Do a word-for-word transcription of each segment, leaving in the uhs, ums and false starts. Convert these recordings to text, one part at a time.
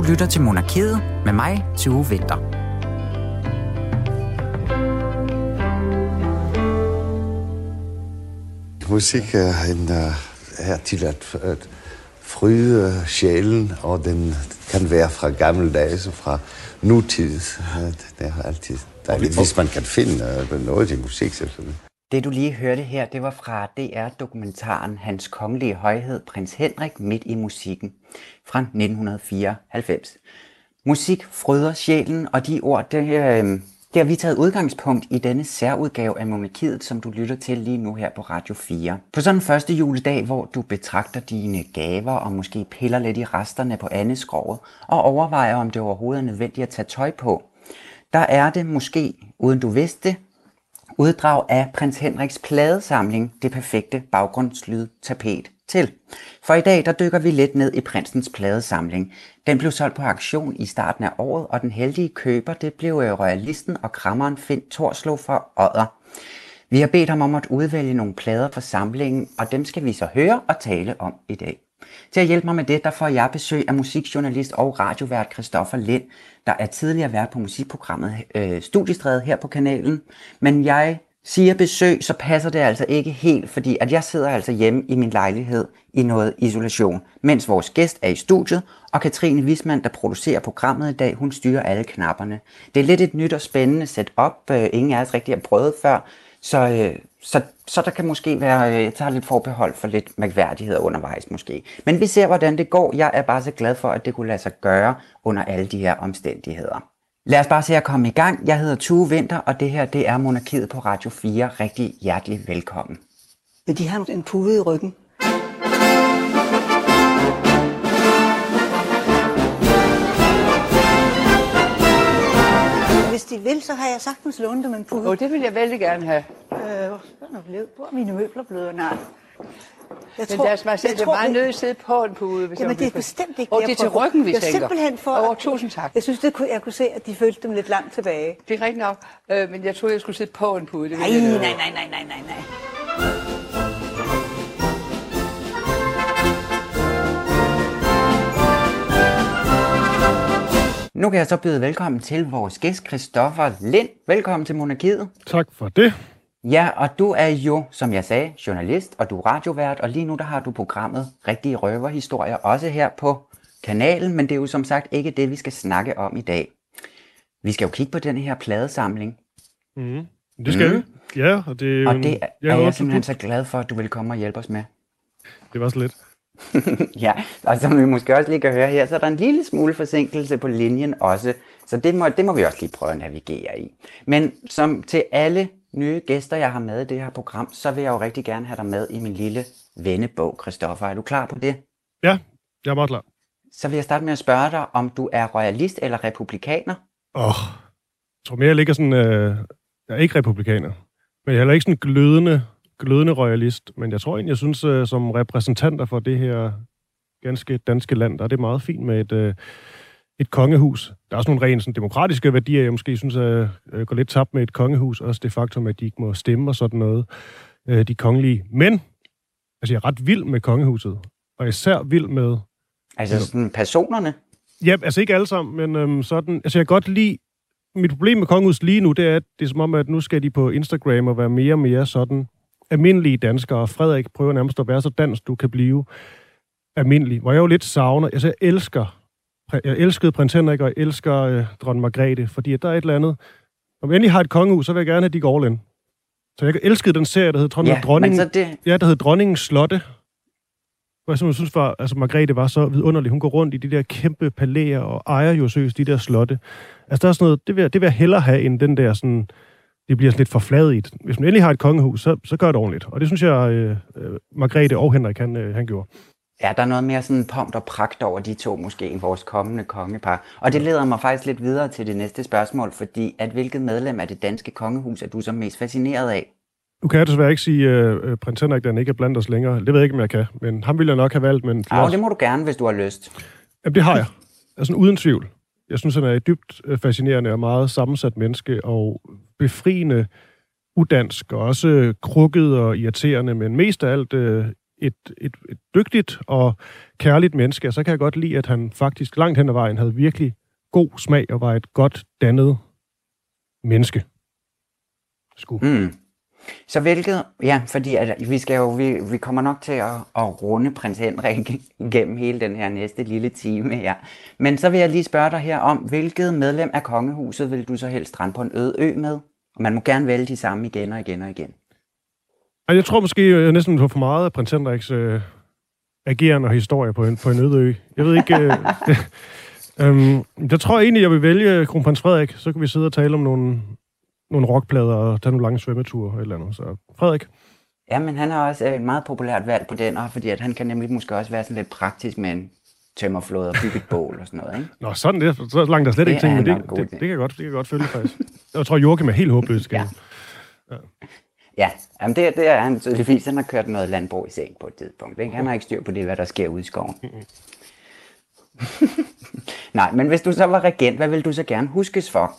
Du lytter til Monarkiet med mig, Tue Winther. Musik er, en, uh, er til at, at fryde sjælen, og den kan være fra gamle dage, så fra nutid. Det er altid dejligt, hvis man kan finde uh, noget i musik, selvfølgelig. Det du lige hørte her, det var fra D R-dokumentaren Hans Kongelige Højhed Prins Henrik midt i musikken fra nitten fireoghalvfems. Musik fryder sjælen, og de ord, det, øh, det har vi taget udgangspunkt i denne særudgave af Monarkiet, som du lytter til lige nu her på Radio fire. På sådan en første juledag, hvor du betragter dine gaver og måske piller lidt i resterne på andeskroget og overvejer, om det overhovedet er nødvendigt at tage tøj på, der er det måske, uden du vidste det, uddrag af Prins Henriks pladesamling Det Perfekte Baggrundslyd Tapet til. For i dag der dykker vi lidt ned i prinsens pladesamling. Den blev solgt på auktion i starten af året, og den heldige køber det blev royalisten og krammeren Finn Thorslev fra Odder. Vi har bedt ham om at udvælge nogle plader fra samlingen, og dem skal vi så høre og tale om i dag. Til at hjælpe mig med det, der får jeg besøg af musikjournalist og radiovært Christoffer Lind, der er tidligere vært på musikprogrammet øh, Studiestræde her på kanalen. Men jeg siger besøg, så passer det altså ikke helt, fordi at jeg sidder altså hjemme i min lejlighed i noget isolation, mens vores gæst er i studiet, og Katrine Wismann, der producerer programmet i dag, hun styrer alle knapperne. Det er lidt et nyt og spændende setup, øh, ingen af os rigtig har prøvet før, så, øh, så, så der kan måske være, øh, jeg tager lidt forbehold for lidt mærkværdigheder undervejs måske. Men vi ser, hvordan det går. Jeg er bare så glad for, at det kunne lade sig gøre under alle de her omstændigheder. Lad os bare se at komme i gang. Jeg hedder Tue Winther, og det her det er Monarkiet på Radio fire. Rigtig hjertelig velkommen. Men de har en pude i ryggen. Hvis de vil, så har jeg sagtens lånt dem en pude. Åh, oh, det vil jeg vældig gerne have. Øh, hvor er mine møbler blevet? Nej. Jeg men tror, deres majestæt, det er meget nødt at sidde på en pude. Hvis jamen, det er bestemt ikke og det. Og det er til ryggen, vi jeg tænker. Simpelthen for... Åh, oh, tusind tak. Jeg synes, det kunne, jeg kunne se, at de følte dem lidt langt tilbage. Det er rigtigt nok, øh, men jeg troede, jeg skulle sidde på en pude. Det nej, nej, nej, nej, nej, nej, nej. Nu kan jeg så byde velkommen til vores gæst, Christoffer Lind. Velkommen til Monarkiet. Tak for det. Ja, og du er jo, som jeg sagde, journalist, og du er radiovært, og lige nu der har du programmet Rigtige Røverhistorier, også her på kanalen, men det er jo som sagt ikke det, vi skal snakke om i dag. Vi skal jo kigge på den her pladesamling. Mm. Det skal mm. vi. Ja, og det, og det er, ja, er jeg simpelthen så glad for, at du vil komme og hjælpe os med. Det var så lidt. Ja, og som vi måske også lige kan høre her, så er der en lille smule forsinkelse på linjen også, så det må, det må vi også lige prøve at navigere i. Men som til alle nye gæster, jeg har med i det her program, så vil jeg jo rigtig gerne have dig med i min lille vennebog, Christoffer. Er du klar på det? Ja, jeg er meget klar. Så vil jeg starte med at spørge dig, om du er royalist eller republikaner? Åh, oh, jeg tror mere, jeg ligger sådan... Øh, jeg er ikke republikaner, men jeg er heller ikke sådan glødende, glødende royalist. Men jeg tror egentlig, jeg synes, øh, som repræsentanter for det her ganske danske land, der er det meget fint med et... Øh, et kongehus. Der er også nogle rent sådan, demokratiske værdier, jeg måske synes, at øh, går lidt tabt med et kongehus. Også det faktum, at de ikke må stemme og sådan noget. Øh, de kongelige. Men, altså jeg er ret vild med kongehuset. Og især vild med... Altså sådan personerne? Ja, altså ikke alle sammen, men øhm, sådan... Altså jeg kan godt lide... Mit problem med kongehuset lige nu, det er, at det er som om, at nu skal de på Instagram og være mere og mere sådan almindelige danskere. Og Frederik prøver nærmest at være så dansk, du kan blive almindelig. Hvor jeg jo lidt savner... Altså jeg elsker... Jeg elskede prins Henrik, og jeg elsker øh, dronning Margrethe, fordi at der er et eller andet... Når man endelig har et kongehus, så vil jeg gerne have, at de går all in. Så jeg elskede den serie, der hed Dronning, ja, Dronningen, det... ja, der hed Dronningens Slotte. Hvor jeg simpelthen synes, at altså, Margrethe var så vidunderlig. Hun går rundt i de der kæmpe palæer og ejer jo seriøst de der slotte. Altså der er sådan noget, det vil, jeg, det vil jeg hellere have, end den der sådan... Det bliver sådan lidt forfladigt. Hvis man endelig har et kongehus, så, så gør det ordentligt. Og det synes jeg, øh, øh, Margrethe og Henrik, han, øh, han gjorde. Ja, der er noget mere sådan pomp og pragt over de to måske, end vores kommende kongepar. Og det leder mig faktisk lidt videre til det næste spørgsmål, fordi at hvilket medlem af det danske kongehus er du så mest fascineret af? Nu kan jeg desværre ikke sige, at uh, prins Henrik den ikke er blandt os længere. Det ved jeg ikke, om jeg kan, men ham ville jeg nok have valgt. Men ja, det må du gerne, hvis du har lyst. Jamen, det har jeg. Altså uden tvivl. Jeg synes, han er et dybt fascinerende og meget sammensat menneske, og befriende udansk, og også krukket og irriterende, men mest af alt uh, et, et, et dygtigt og kærligt menneske, og så kan jeg godt lide, at han faktisk langt hen ad vejen havde virkelig god smag og var et godt dannet menneske. Sku. Mm. Så hvilket, ja, fordi at vi skal jo, vi, vi kommer nok til at, at runde prins Henrik gennem hele den her næste lille time her. Men så vil jeg lige spørge dig her om, hvilket medlem af kongehuset vil du så helst strande på en øde ø med? Og man må gerne vælge de samme igen og igen og igen. Jeg tror måske jeg næsten for meget af prins Henriks øh, agerende og historie på en, på en øde ø. Jeg ved ikke... Øh, det, øhm, jeg tror egentlig, jeg vil vælge kronprins Frederik. Så kan vi sidde og tale om nogle... nogle rockplader og tage nogle lange svømmeture eller andet. Så Frederik? Ja, men han har også et meget populært valg på den, fordi at han kan nemlig måske også være sådan lidt praktisk med en tømmerflåde og bygge et bål og sådan noget, ikke? Nå, sådan det. Så langt der slet det ikke ting, men det, det, det, det, kan jeg godt, det kan jeg godt følge faktisk. Jeg tror, Joachim er helt håbløs. Ja. Ja, ja jamen det, det er han tydeligvis. Han har kørt noget landbrug i seng på et tidspunkt, ikke? Han har ikke styr på det, hvad der sker ude i skoven. Nej, men hvis du så var regent, hvad vil du så gerne huskes for?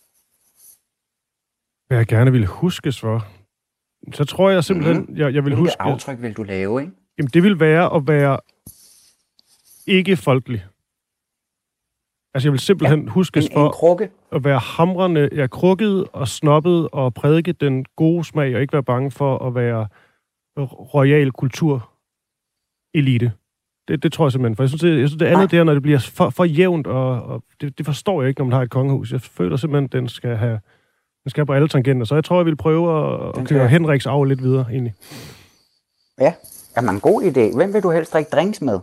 Hvad jeg gerne ville huskes for, så tror jeg simpelthen, mm-hmm. jeg, jeg vil huske... Hvilket aftryk vil du lave, ikke? Jamen, det vil være at være ikke folkelig. Altså, jeg vil simpelthen ja, huskes en, for en krukke. At være hamrende, ja, krukket og snobbet og prædike den gode smag, og ikke være bange for at være royal kulturelite. Det, det tror jeg simpelthen. For jeg synes, det, jeg synes, det andet der, når det bliver for, for jævnt, og, og det, det forstår jeg ikke, når man har et kongehus. Jeg føler simpelthen, at den skal have... Den skal på alle tangenter, så jeg tror, jeg vil prøve at, at køre Henriks arv lidt videre, egentlig. Ja, jamen god idé. Hvem vil du helst drikke drinks med?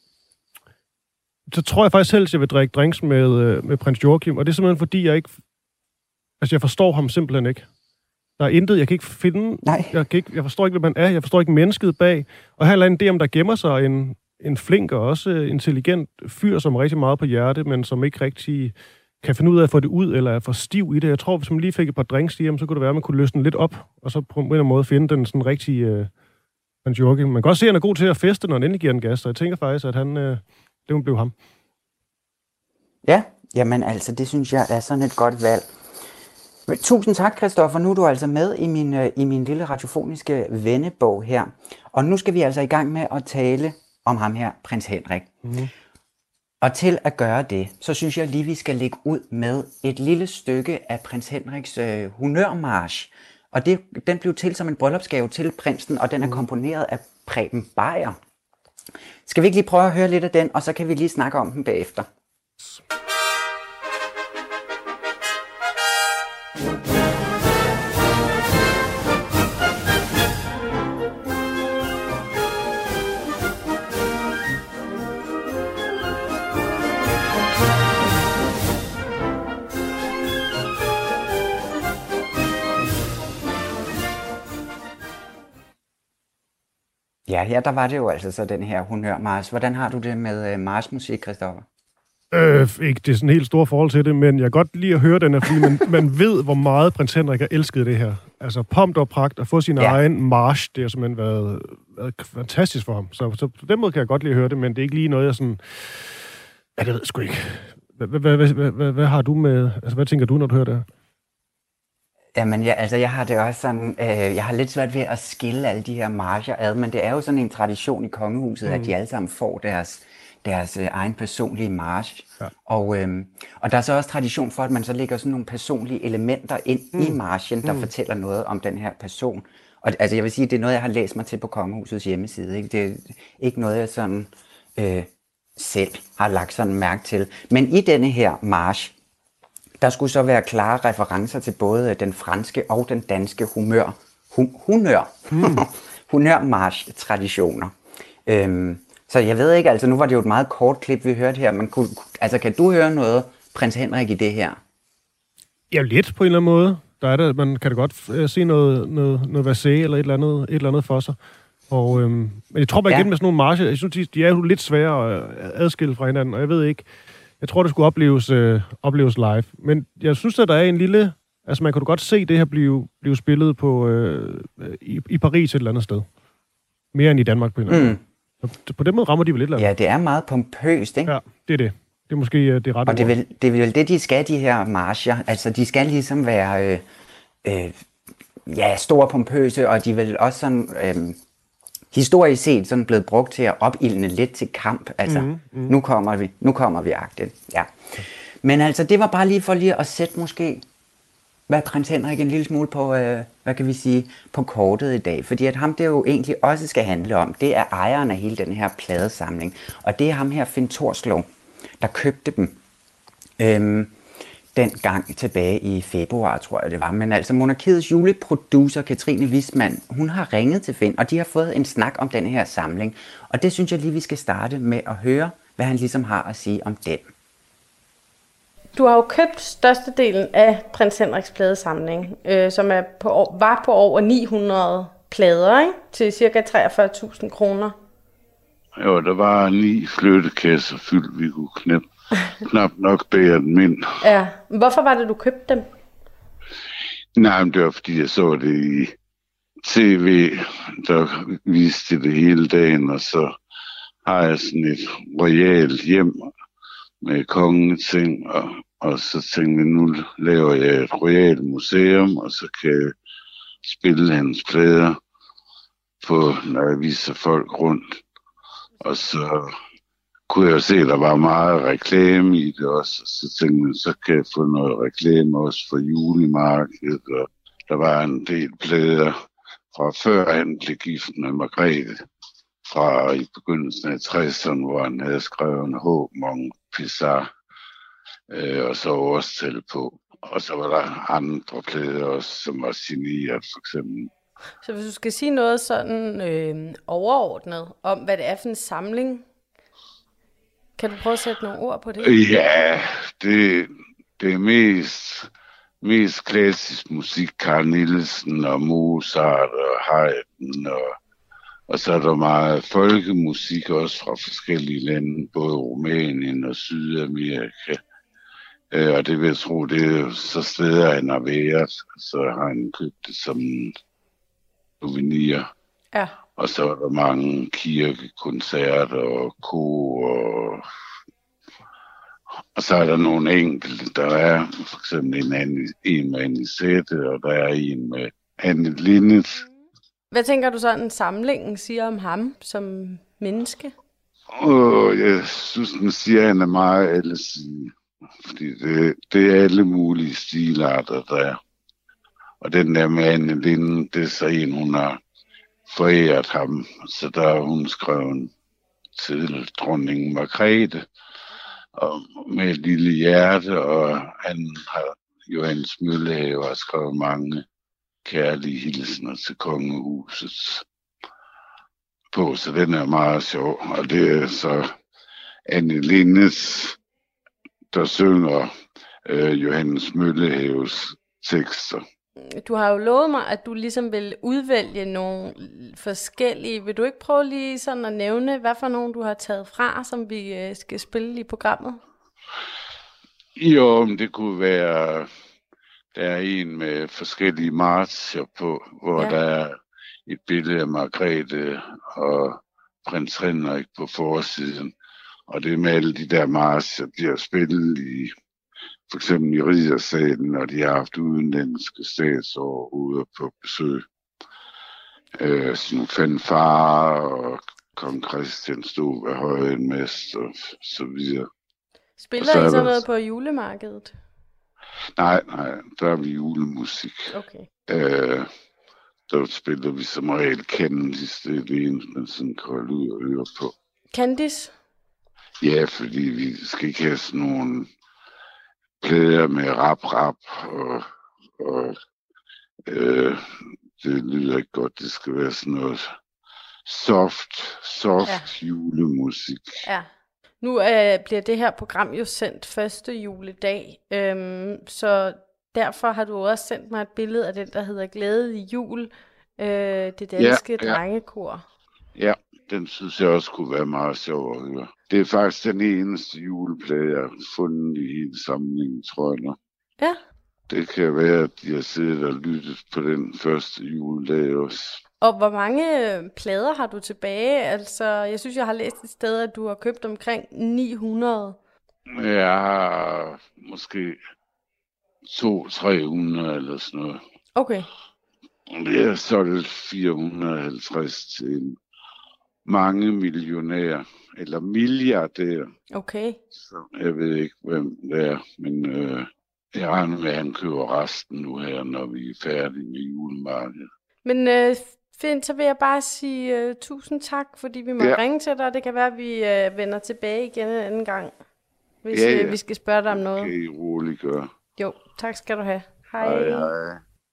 Så tror jeg faktisk helst, jeg vil drikke drinks med, med prins Joachim, og det er simpelthen fordi, jeg ikke... Altså, jeg forstår ham simpelthen ikke. Der er intet, jeg kan ikke finde... Nej. Jeg, kan ikke, jeg forstår ikke, hvad man er. Jeg forstår ikke mennesket bag. Og her er en idé om, der gemmer sig en, en flink og også intelligent fyr, som er rigtig meget på hjerte, men som ikke rigtig... kan finde ud af at få det ud, eller er for stiv i det. Jeg tror, hvis man lige fik et par drinks hjem, så kunne det være, at man kunne løsne lidt op, og så på en eller anden måde finde den sådan rigtige øh, Hans Joachim. Man kan også se, at han er god til at feste, når han endelig giver en gas, så jeg tænker faktisk, at han, øh, det må blive ham. Ja, jamen altså, det synes jeg er sådan et godt valg. Tusind tak, Christoffer. Nu er du altså med i min, øh, i min lille radiofoniske vennebog her. Og nu skal vi altså i gang med at tale om ham her, prins Henrik. Mm-hmm. Og til at gøre det, så synes jeg lige, vi skal lægge ud med et lille stykke af prins Henriks øh, honørmarch. Og det, den blev til som en bryllupsgave til prinsen, og den er komponeret af Preben Beyer. Skal vi ikke lige prøve at høre lidt af den, og så kan vi lige snakke om den bagefter. Ja, her der var det jo altså så den her honørmarch. Hvordan har du det med øh, marchmusik, Christoffer? Øh, ikke det er sådan en helt stor forhold til det, men jeg kan godt lide at høre den her, fordi man, man ved, hvor meget prins Henrik har elsket det her. Altså pompt og pragt, at få sin ja. egen march, det har simpelthen været, været fantastisk for ham. Så, så på den måde kan jeg godt lide at høre det, men det er ikke lige noget, jeg sådan... Ja, det ved jeg sgu ikke. Hvad, hvad, hvad, hvad, hvad, hvad har du med... Altså, hvad tænker du, når du hører det her? Jamen, ja, altså, jeg har det også sådan... Øh, jeg har lidt svært ved at skille alle de her marcher ad, men det er jo sådan en tradition i kongehuset, mm. at de alle sammen får deres... deres øh, egen personlige march. Ja. Og, øhm, og der er så også tradition for, at man så lægger sådan nogle personlige elementer ind mm. i marchen, der mm. fortæller noget om den her person. Og altså, jeg vil sige, det er noget, jeg har læst mig til på kongehusets hjemmeside. Ikke? Det er ikke noget, jeg sådan øh, selv har lagt sådan mærke til. Men i denne her march, der skulle så være klare referencer til både den franske og den danske humør, hum, honør, mm. honørmarch-traditioner. Øhm, Så jeg ved ikke, altså nu var det jo et meget kort klip, vi hørte her, men kunne, altså kan du høre noget, prins Henrik, i det her? Ja, lidt på en eller anden måde. Der er det, man kan da godt uh, se noget, noget, noget versé eller et eller andet, et eller andet for sig. Og, øhm, men jeg tror bare igen ja. med sådan nogle marcher, jeg synes, de er jo lidt svære at adskille fra hinanden, og jeg ved ikke, jeg tror, det skulle opleves, øh, opleves live. Men jeg synes, at der er en lille, altså man kan godt se det her blive, blive spillet på, øh, i, i Paris et eller andet sted. Mere end i Danmark på en eller anden mm. måde. På den måde rammer de vel lidt eller Ja, det er meget pompøst, ikke? Ja, det er det. Det er måske det rette Og det er, vel, det er vel det, de skal, de her marcher. Altså, de skal ligesom være øh, øh, ja, store pompøse, og de vil også sådan øh, historisk set sådan blevet brugt til at opildne lidt til kamp. Altså, Mhm, mhm. nu kommer vi, nu kommer vi agtigt. Ja. Men altså, det var bare lige for lige at sætte måske, hvad prins Henrik en lille smule på, øh, hvad kan vi sige, på kortet i dag. Fordi at ham, det jo egentlig også skal handle om, det er ejeren af hele den her pladesamling. Og det er ham her, Finn Thorslov, der købte dem. Øhm, den gang tilbage i februar, tror jeg det var. Men altså Monarkiets juleproducer Katrine Wismann, hun har ringet til Finn, og de har fået en snak om den her samling. Og det synes jeg lige, vi skal starte med at høre, hvad han ligesom har at sige om den. Du har jo købt størstedelen af prins Henriks pladesamling, øh, som er på, var på over ni hundrede plader, ikke? Til ca. treogfyrre tusind kroner. Jo, der var ni flyttekasser fyldt, vi kunne knap, knap nok bære dem ind. Ja. Hvorfor var det, du købte dem? Nej, men det var fordi, jeg så det i tv, der viste det hele dagen, og så har jeg sådan et royalt hjem med kongeting, og, og så tænkte jeg, nu laver jeg et royalt museum, og så kan jeg spille hans plader på, når jeg viser folk rundt. Og så kunne jeg jo se, at der var meget reklame i det også, og så tænkte jeg, så kan jeg få noget reklame også for julemarkedet, og der var en del plader fra før han blev gift med Margrethe, fra i begyndelsen af tresserne, hvor han havde skrevet en H. Mon Pissar, øh, og så overstil på. Og så var der andre plader også, som var signeret, for eksempel. Så hvis du skal sige noget sådan øh, overordnet om, hvad det er for en samling, kan du prøve at sætte nogle ord på det? Ja, det, det er mest, mest klassisk musik, Carl Nielsen og Mozart og Haydn, og, og så er der meget folkemusik også fra forskellige lande, både Rumænien og Sydamerika. Øh, og det vil jeg tro, det er jo så steder, han har været, så har han købt det som souvenir. Ja. Og så er der mange kirkekoncerter og kor, og, og så er der nogle enkelte. Der er for eksempel en, anden, en med Anisette, og der er en med Anne Linnet. Hvad tænker du sådan, samlingen siger om ham som menneske? Og jeg synes, den siger, at han er meget alsidig. Fordi det, det er alle mulige stilarter, der er. Og den der med Anne Linnet, det er så en, hun har foræret ham. Så der har hun skrevet til dronning Margrethe og med et lille hjerte, og han har, Johannes Møllehave har skrevet mange kærlige hilsener til kongehuset på, så den er meget sjov. Og det er så Anne Linnet, der synger øh, Johannes Møllehaves tekster. Du har jo lovet mig, at du ligesom vil udvælge nogle forskellige. Vil du ikke prøve lige sådan at nævne, hvad for nogle du har taget fra, som vi øh, skal spille i programmet? Jo, men det kunne være, der er en med forskellige marcher på, hvor ja. Der er et billede af Margrethe og prins Henrik på forsiden. Og det er med alle de der marcher, de har spillet i, for eksempel i Riddersalen, og de har haft udenlandske statsoverhoveder på besøg. Øh, sådan nogle fanfarer, og kong Christian stod ved højmest, og så videre. Spiller så I sådan der... noget på julemarkedet? Nej, nej, der er vi julemusik. Okay. Øh, der spiller vi som regel Candice, det er det eneste, man sådan kan holde ud og høre på. Candice? Ja, fordi vi skal ikke have sådan nogle plader med rap-rap, og, og øh, det lyder ikke godt. Det skal være sådan noget soft, soft ja. Julemusik. Ja. Nu øh, bliver det her program jo sendt første juledag, øhm, så derfor har du også sendt mig et billede af den, der hedder Glædelig Jul, øh, det danske ja, ja. drengekor. Ja, den synes jeg også kunne være meget sjov at høre. Det er faktisk den eneste juleplade, jeg har fundet i hele samlingen, tror jeg nok. Ja. Det kan være, at de har siddet og lyttet på den første juledag også. Og hvor mange plader har du tilbage? Altså, jeg synes, jeg har læst et sted, at du har købt omkring ni hundrede. Jeg har måske to til tre hundrede eller sådan noget. Okay. Jeg har solgt fire hundrede og halvtreds til en mange millionærer, eller milliardærer. Okay. Så jeg ved ikke, hvem det er, men øh, jeg regner med, at han køber resten nu her, når vi er færdige med julemarkedet. Men øh, Finn, så vil jeg bare sige øh, tusind tak, fordi vi må ja. ringe til dig. Det kan være, at vi øh, vender tilbage igen en anden gang, hvis ja, ja. Øh, vi skal spørge dig om noget. Okay, roligt gøre. Jo, tak skal du have. Hej. Hej, hej.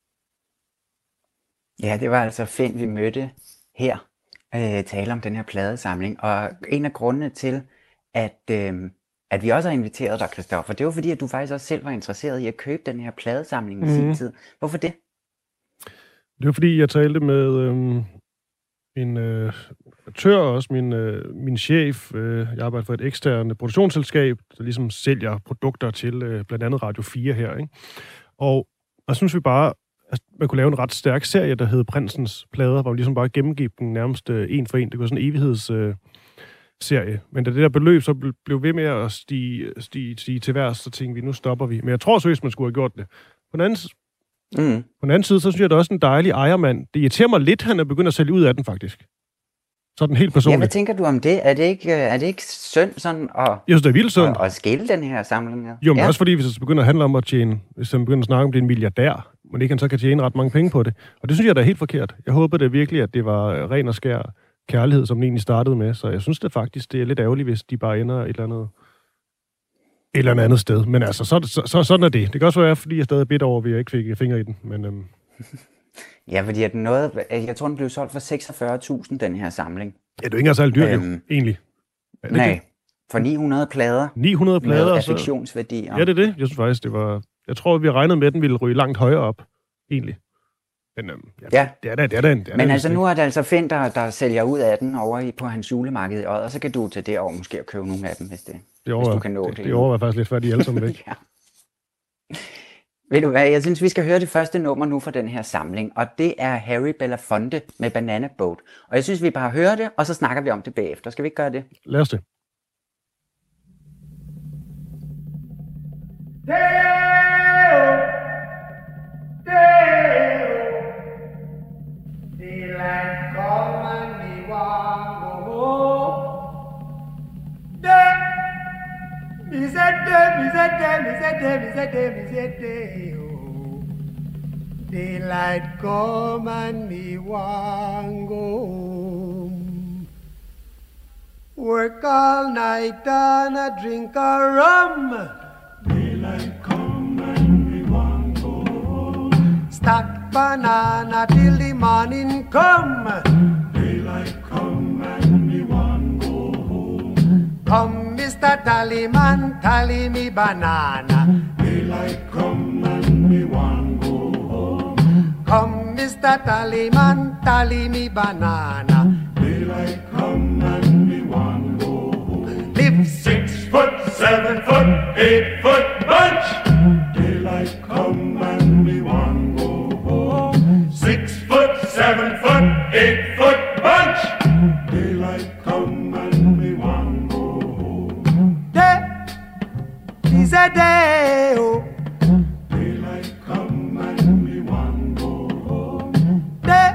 Ja, det var altså Finn, vi mødte her, øh, tale om den her pladesamling. Og en af grundene til, at, øh, at vi også har inviteret dig, Christoffer, det var fordi, at du faktisk også selv var interesseret i at købe den her pladesamling i mm. sin tid. Hvorfor det? Det var fordi, jeg talte med øh, min øh, redaktør og også min, øh, min chef. Øh, jeg arbejder for et eksternt produktionsselskab, der ligesom sælger produkter til øh, blandt andet Radio fire her. Ikke? Og jeg synes vi bare, at man kunne lave en ret stærk serie, der hed Prinsens Plader, hvor vi ligesom bare gennemgik den nærmest øh, en for en. Det var sådan en evighedsserie. Øh, Men da det der beløb så blev ved med at stige, stige, stige til værs, så tænkte vi, nu stopper vi. Men jeg tror seriøst, man skulle have gjort det. På den anden Mm. På den anden side, så synes jeg, det er også en dejlig ejermand. Det irriterer mig lidt, han er begyndt at sælge ud af den, faktisk. Sådan helt personligt. Ja, hvad tænker du om det? Er det ikke, er det ikke synd sådan at, jeg synes, det er vildt synd. At, at skille den her samling her? Jo, men ja. Også fordi, hvis det begynder at handle om at tjene, hvis han begynder at snakke om, det er en milliardær, men ikke han så kan tjene ret mange penge på det. Og det synes jeg, der er helt forkert. Jeg håber det virkelig, at det var ren og skær kærlighed, som den egentlig startede med. Så jeg synes det faktisk, det er lidt ærgerligt, hvis de bare ender et eller andet... et eller andet sted. Men altså, så, så, så sådan er det. Det kan også være, fordi jeg stadig er bidt over, at jeg ikke fik fingre i den. Men, øhm. ja, fordi at noget, jeg tror, den blev solgt for seksogfyrre tusind, den her samling. Ja, det er jo ikke engang særlig dyrt, øhm, jo, egentlig. Nej, ikke? For ni hundrede plader. ni hundrede plader. Med affektionsværdier. Ja, det er det. Jeg synes faktisk, det var... Jeg tror, vi regnede med, at den ville ryge langt højere op, egentlig. Men øhm, ja, ja. Det er da, det er da en, det er Men da altså, nu er det altså Finn, der, der sælger ud af den over i, på hans julemarked i Odder, og så kan du til det år måske at købe nogle af dem, hvis, det, det over, hvis du kan nå det. Det, det overvejer faktisk lidt, før de alle sammen væk. ja. Ved du hvad, jeg synes, vi skal høre det første nummer nu fra den her samling, og det er Harry Belafonte med Banana Boat. Og jeg synes, vi bare hører det, og så snakker vi om det bagefter. Skal vi ikke gøre det? Lad os det. Deo, Deo, daylight come and me want go home. De, me say de, me say de, me say de, me say de, me say Deo. Daylight come and me want go home. Work all night and a drink a rum. Daylight come and we want go home. Stack banana till the morning come. Daylight come and we want go home. Come, Mister Tallyman, tally me banana. Daylight come and we want go home. Come, Mister Tallyman, tally me banana. Daylight come and we want go home. Live six foot, seven foot, eight foot bunch. Daylight come and we want go home. Six foot, seven foot, eight foot bunch. Daylight come and we want go home. Day is a day, oh. Daylight come and we want go home. Day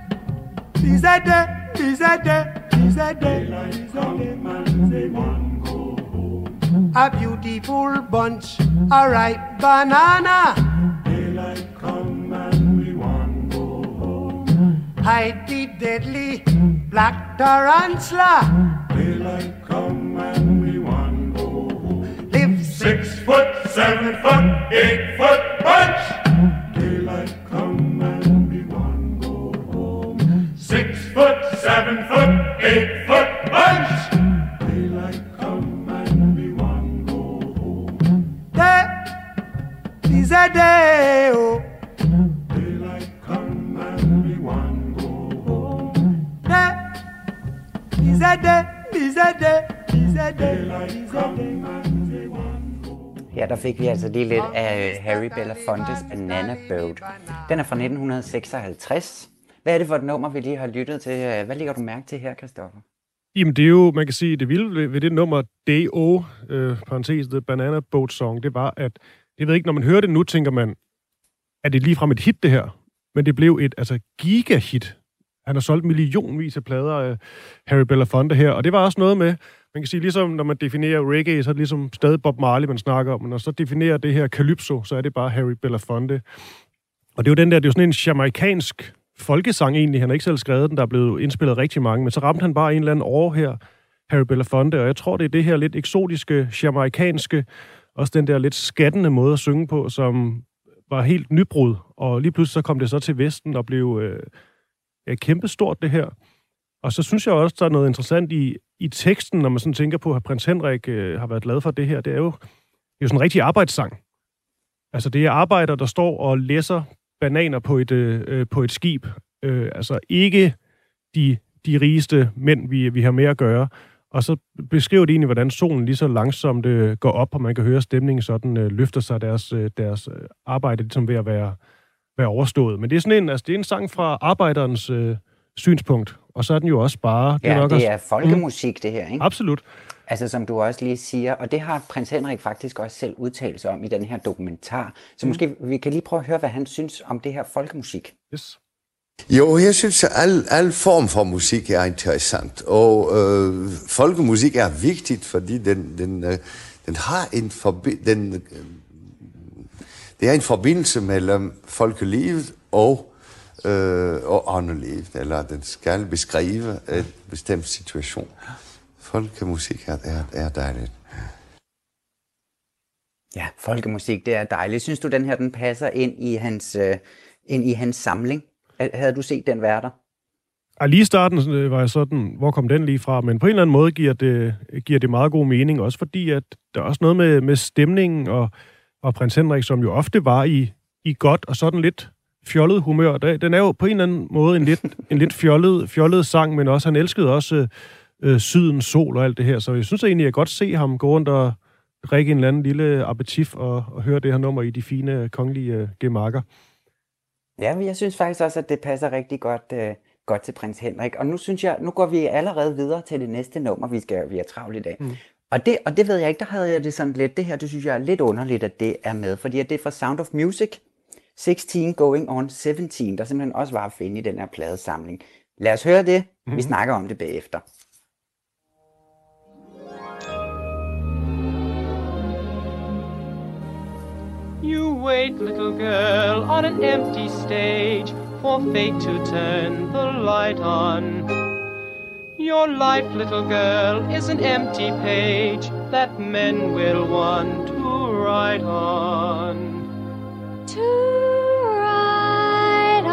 is a day, is a day, is a day. Daylight come and we want go home. A beautiful bunch, a ripe banana. Daylight come and we want go home. Hide the deadly black tarantula. Daylight come and we want go home. Live six foot, seven foot, eight foot bunch. Daylight come and we want go home. Six foot, seven foot, eight foot bunch. Daylight come and we want go home. Day is a day, oh. Daylight come and we want go home. Day is a day, is a day, is a day, is a day. Her der fik vi altså lige lidt af Harry Belafontes Banana Boat. Den er fra nitten seksoghalvtreds. Hvad er det for et nummer, vi lige har lyttet til? Hvad lægger du mærke til her, Christoffer? Jamen, det er jo, man kan sige, det vilde ved det nummer, D O, øh, parentes, The Banana Boat Song, det var, at, jeg ved ikke, når man hører det nu, tænker man, er det ligefrem et hit, det her? Men det blev et, altså, gigahit. Han har solgt millionvis af plader af Harry Belafonte her, og det var også noget med, man kan sige, ligesom når man definerer reggae, så er det ligesom stadig Bob Marley, man snakker om, men når så definerer det her Calypso, så er det bare Harry Belafonte. Og det er jo den der, det er jo sådan en jamaikansk folkesang egentlig, han har ikke selv skrevet den, der er blevet indspillet rigtig mange, men så ramte han bare en eller anden år her, Harry Belafonte, og jeg tror, det er det her lidt eksotiske, jamaikanske, også den der lidt skattende måde at synge på, som var helt nybrud, og lige pludselig så kom det så til Vesten og blev øh, ja, kæmpestort det her. Og så synes jeg også, der er noget interessant i, i teksten, når man sådan tænker på, at prins Henrik øh, har været glad for det her. Det er jo, det er jo sådan en rigtig arbejdssang. Altså det er arbejdere, der står og læser bananer på et, øh, på et skib. Øh, altså ikke de, de rigeste mænd, vi, vi har med at gøre. Og så beskriver de egentlig, hvordan solen lige så langsomt øh, går op, og man kan høre stemningen sådan øh, løfter sig deres, øh, deres arbejde ligesom ved at være, være overstået. Men det er sådan en, altså det er en sang fra arbejderens øh, synspunkt, og så er den jo også bare... Det ja, er nok det også, er folkemusik, mm, det her, ikke? Absolut. Altså, som du også lige siger, og det har prins Henrik faktisk også selv udtalt sig om i den her dokumentar. Så mm. måske vi kan lige prøve at høre, hvad han synes om det her folkemusik. Yes. Jo, jeg synes, at al, al form for musik er interessant, og øh, folkemusik er vigtigt, fordi den, den, øh, den har en forbi- den, øh, det er en forbindelse mellem folkelivet og, øh, og åndelivet, eller den skal beskrive en bestemt situation. Folkemusik er, er, er dejligt. Ja, folkemusik, det er dejligt. Synes du, den her den passer ind i hans, øh, ind i hans samling? Havde du set den være der? Ja, lige i starten var jeg sådan, hvor kom den lige fra? Men på en eller anden måde giver det, giver det meget god mening, også fordi at der er også noget med, med stemningen og, og prins Henrik, som jo ofte var i, i godt og sådan lidt fjollet humør. Den er jo på en eller anden måde en lidt, en lidt fjollet, fjollet sang, men også han elskede også øh, sydens sol og alt det her. Så jeg synes egentlig, jeg godt se ham gå rundt og drikke en eller anden lille aperitif og, og høre det her nummer i de fine kongelige øh, gemakker. Ja, men jeg synes faktisk også, at det passer rigtig godt, øh, godt til prins Henrik. Og nu synes jeg, nu går vi allerede videre til det næste nummer, vi skal vi er travlt i dag. Mm. Og, det, og det ved jeg ikke, der havde jeg det sådan lidt, det her, det synes jeg er lidt underligt, at det er med, fordi at det er fra Sound of Music, sixteen going on seventeen, der simpelthen også var at finde i den her pladesamling. Lad os høre det, mm. vi snakker om det bagefter. You wait, little girl, on an empty stage for fate to turn the light on. Your life, little girl, is an empty page that men will want to write on. To write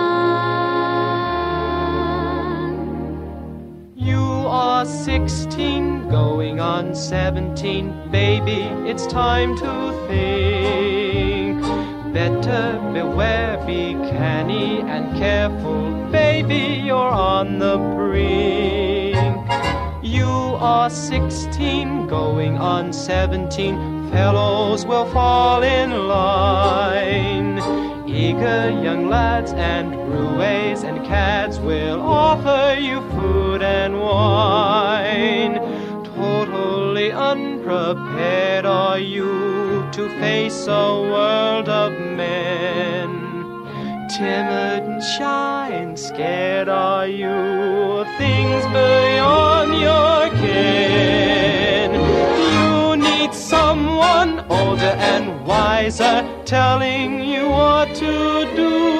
on. You are sixteen, going on seventeen. Baby, it's time to think. Better beware, be canny and careful. Baby, you're on the brink. You are sixteen, going on seventeen. Fellows will fall in line. Eager young lads and roués and cads will offer you food and wine. Totally unprepared are you to face a world of men. Timid and shy and scared are you, things beyond your ken. You need someone older and wiser, telling you what to do.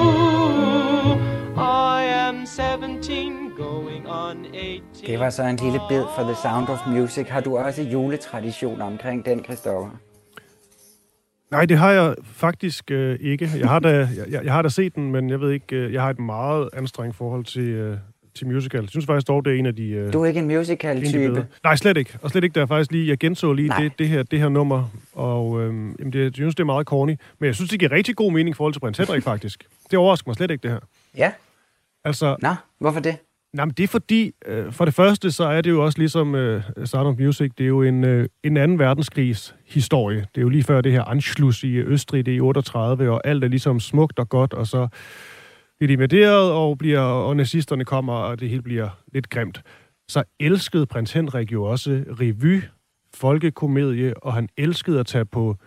I am seventeen, going on eighteen. Det var så en lille bid for The Sound of Music. Har du også juletradition omkring den, Christoffer? Nej, det har jeg faktisk øh, ikke. Jeg har, da, jeg, jeg har da set den, men jeg ved ikke, øh, jeg har et meget anstrengt forhold til, øh, til musical. Jeg synes faktisk dog, det er en af de... Øh, du er ikke en musical-type? Nej, slet ikke. Og slet ikke, der er faktisk lige... Jeg genså lige det, det, her, det her nummer, og øh, jamen det, jeg synes, det er meget corny. Men jeg synes, det giver rigtig god mening i forhold til prins Henrik, faktisk. Det overrasker mig slet ikke, det her. Ja? Altså... Nå, hvorfor det? Nej, men det er fordi, øh, for det første, så er det jo også ligesom øh, Sound of Music, det er jo en, øh, en anden verdenskrigs historie. Det er jo lige før det her Anschluss i Østrig, det er i otteogtredive, og alt er ligesom smukt og godt, og så bliver de invaderet, og, bliver, og nazisterne kommer, og det hele bliver lidt grimt. Så elskede prins Henrik jo også revy, folkekomedie, og han elskede at tage på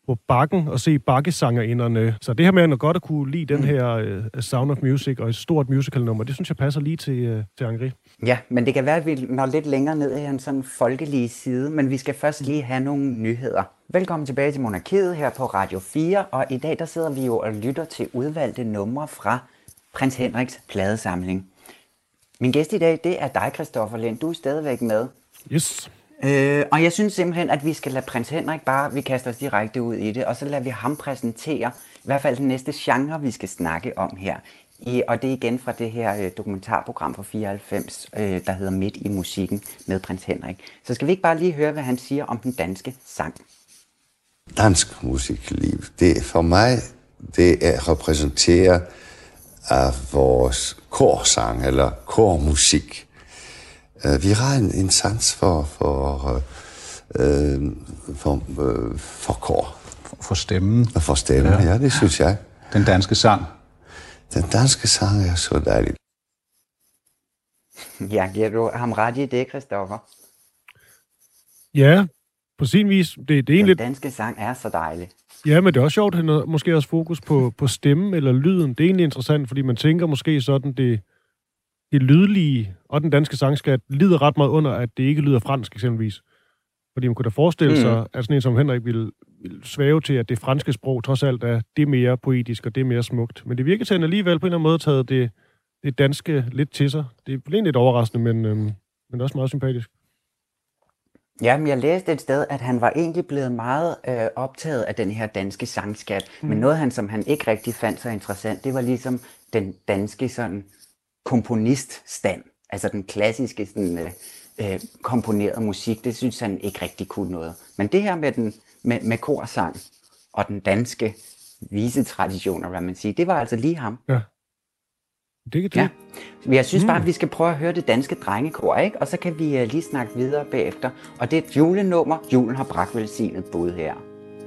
på Bakken og se bakkesangerinderne. Så det her med at godt at kunne lide den her uh, Sound of Music og et stort musicalnummer, det synes jeg passer lige til, uh, til Henri. Ja, men det kan være, at vi når lidt længere ned i en sådan folkelige side, men vi skal først lige have nogle nyheder. Velkommen tilbage til Monarkiet her på Radio fire, og i dag der sidder vi jo og lytter til udvalgte numre fra Prins Henriks pladesamling. Min gæst i dag, det er dig, Christoffer Lind. Du er stadigvæk med. Yes. Øh, og jeg synes simpelthen, at vi skal lade Prins Henrik bare, vi kaster os direkte ud i det, og så lader vi ham præsentere i hvert fald den næste genre, vi skal snakke om her. I, og det er igen fra det her øh, dokumentarprogram fra fireoghalvfems, øh, der hedder Midt i musikken med Prins Henrik. Så skal vi ikke bare lige høre, hvad han siger om den danske sang? Dansk musikliv, det for mig, det er repræsenteret af vores korsang eller kormusik. Vi har en, en sans for, for, øh, for, øh, for kor. For, for stemmen. For stemmen, ja, ja det synes jeg. Den danske sang. Den danske sang er så dejlig. Ja, giver du ham ret i det, Christoffer? Ja, på sin vis. Det, det er Den egentlig... danske sang er så dejlig. Ja, men det er også sjovt, at han har måske også fokus på, på stemmen eller lyden. Det er egentlig interessant, fordi man tænker måske sådan, det, det lydlige og den danske sangskat lider ret meget under, at det ikke lyder fransk eksempelvis. Fordi man kunne da forestille sig, mm. at sådan en som Henrik ville, ville svæve til, at det franske sprog trods alt er det mere poetisk og det mere smukt. Men det virker til, at han alligevel på en eller anden måde taget det, det danske lidt til sig. Det er egentlig lidt overraskende, men, øhm, men også meget sympatisk. Ja, men jeg læste et sted, at han var egentlig blevet meget øh, optaget af den her danske sangskat. Mm. Men noget, han, som han ikke rigtig fandt så interessant, det var ligesom den danske sådan, komponiststand. Altså den klassiske sådan, øh, øh, komponerede musik, det synes han ikke rigtig kunne noget. Men det her med, den, med, med korsang og den danske visetraditioner, hvad man siger, det var altså lige ham. Ja. Det kan det. Ja. Jeg synes bare, at vi skal prøve at høre det danske drengekor, ikke? Og så kan vi uh, lige snakke videre bagefter. Og det er et julenummer. Julen har bragt velsignet bud her.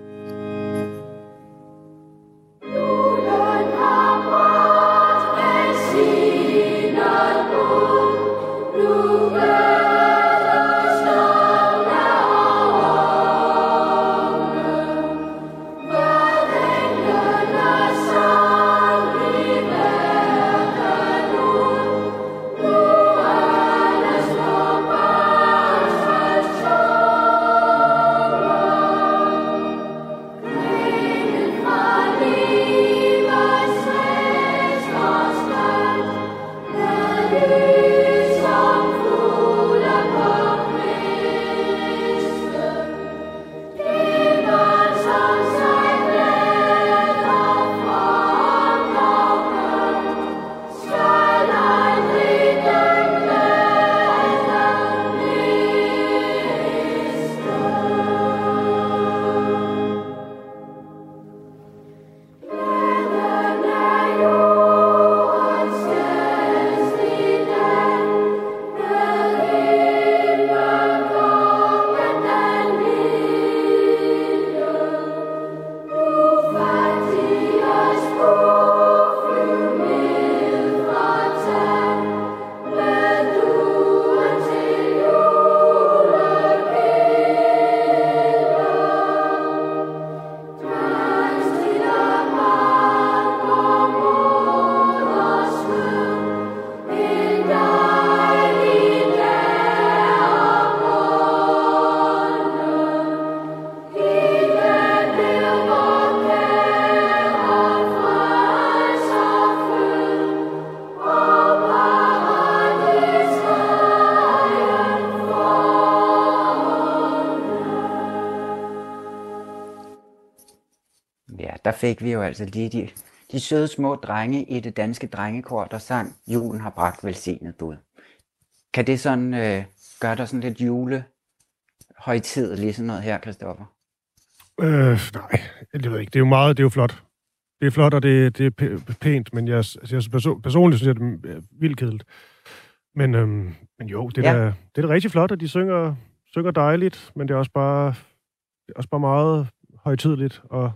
Der fik vi jo altså lige de, de søde små drenge i det danske drengekor, der sang Julen har bragt velsignet bud. Kan det sådan øh, gøre dig sådan lidt julehøjtideligt sådan noget her, Christoffer? Øh, nej, det ved jeg ikke. Det er jo meget, det er jo flot. Det er flot, og det, det er pænt, men jeg, jeg perso- personligt synes jeg, det er vildt kedeligt. Men, øhm, men jo, det er, ja. da, det er da rigtig flot, at de synger, synger dejligt, men det er også bare, det er også bare meget højtideligt og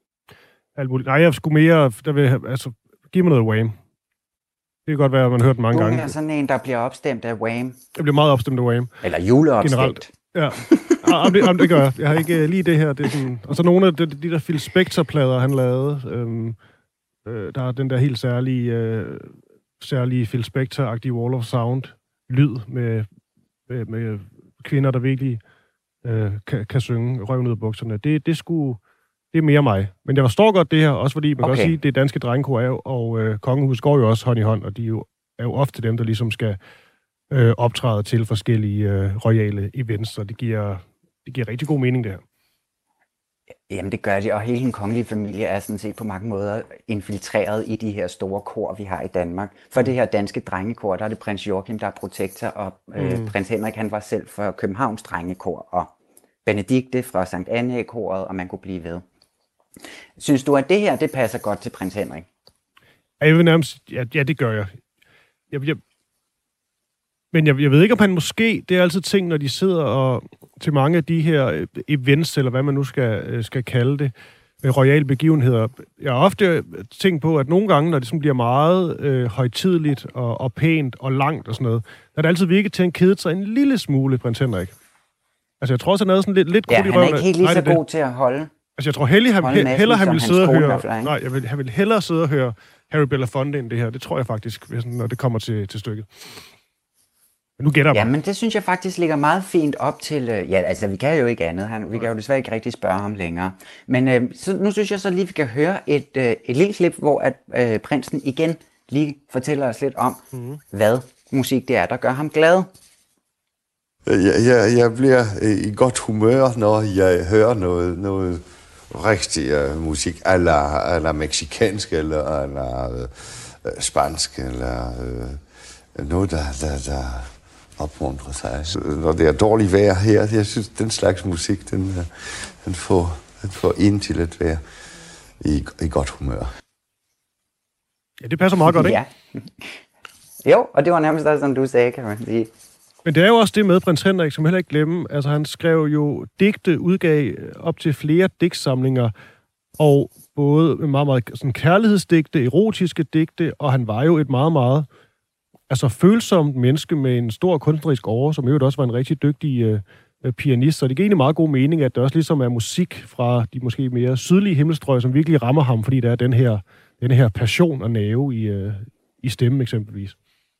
alt muligt. Nej, jeg skulle mere, der vil, altså, giv mig noget Wham. Det kan godt være, at man har hørt den mange du gange. Du er sådan en, der bliver opstemt af Wham. Jeg bliver meget opstemt af Wham. Eller juleopstemt. Generelt. Ja. om, det, om det gør jeg. Jeg har ikke lige det her. Det er sådan, og så nogle af de, de der Phil Spector-plader, han lavede. Øhm, øh, der er den der helt særlige, øh, særlige Phil Spector-agtige Wall of Sound-lyd med, med, med kvinder, der virkelig øh, kan, kan synge røven ud af bukserne. Det, det, skulle, det er mere mig. Men jeg forstår godt det her, også fordi man okay. kan også sige, det danske drengekor er jo, og øh, Kongehus går jo også hånd i hånd, og de er jo, er jo ofte dem, der ligesom skal øh, optræde til forskellige øh, royale events, og det giver, det giver rigtig god mening, det her. Jamen det gør de, og hele den kongelige familie er sådan set på mange måder infiltreret i de her store kor, vi har i Danmark. For det her danske drengekor, der er det prins Joachim, der er protektor, og øh, mm. prins Henrik, han var selv for Københavns drengekor, og Benedikte fra Sankt Annæ-koret, og man kunne blive ved. Synes du, at det her, det passer godt til prins Henrik? Jeg vil nærmest, ja, ja det gør jeg. jeg, jeg Men jeg, jeg ved ikke, om han måske... Det er altid ting, når de sidder og til mange af de her events, eller hvad man nu skal, skal kalde det, royale begivenheder. Jeg har ofte tænkt på, at nogle gange, når det sådan bliver meget øh, højtideligt og, og pænt og langt og sådan noget, der er det altid virket til, at han kedede sig en lille smule, prins Henrik. Altså, jeg tror også, han havde sådan lidt, lidt ja, krudt i røven. Ja, han er ikke helt lige så god det. til at holde. Altså, jeg tror heldig, han, he, hellere han ville sidde og høre... Nej, jeg vil, han vil hellere sidde og høre Harry Belafonte end det her. Det tror jeg faktisk, når det kommer til, til stykket. Men nu gætter jeg Ja, men det synes jeg faktisk ligger meget fint op til... Ja, altså, vi kan jo ikke andet. Han, vi kan jo desværre ikke rigtig spørge ham længere. Men øh, så, nu synes jeg så lige, vi kan høre et, øh, et lille klip, hvor at, øh, prinsen igen lige fortæller os lidt om, mm. hvad musik det er, der gør ham glad. Jeg, jeg, jeg bliver i godt humør, når jeg hører noget, noget rigtig uh, musik, eller, eller mexikansk, eller, eller uh, spansk, eller uh, noget, der, der, der opmuntrer sig. Så, når det er dårligt vejr her, jeg synes, den slags musik, den, uh, den, får, den får en til at være i, i godt humør. Ja, det passer meget godt, ikke? Ja. Jo, og det var nærmest også, som du sagde, kan man sige. Men det er jo også det med prins Henrik, som heller ikke glemme. Altså, han skrev jo digte, udgav op til flere digtsamlinger, og både meget, meget sådan kærlighedsdigte, erotiske digte, og han var jo et meget, meget altså, følsomt menneske med en stor kunstnerisk åre, som jo også var en rigtig dygtig øh, pianist. Så det giver egentlig meget god mening, at det også ligesom er musik fra de måske mere sydlige himmelstrøg, som virkelig rammer ham, fordi der er den her, den her passion og nerve i, øh, i stemmen eksempelvis.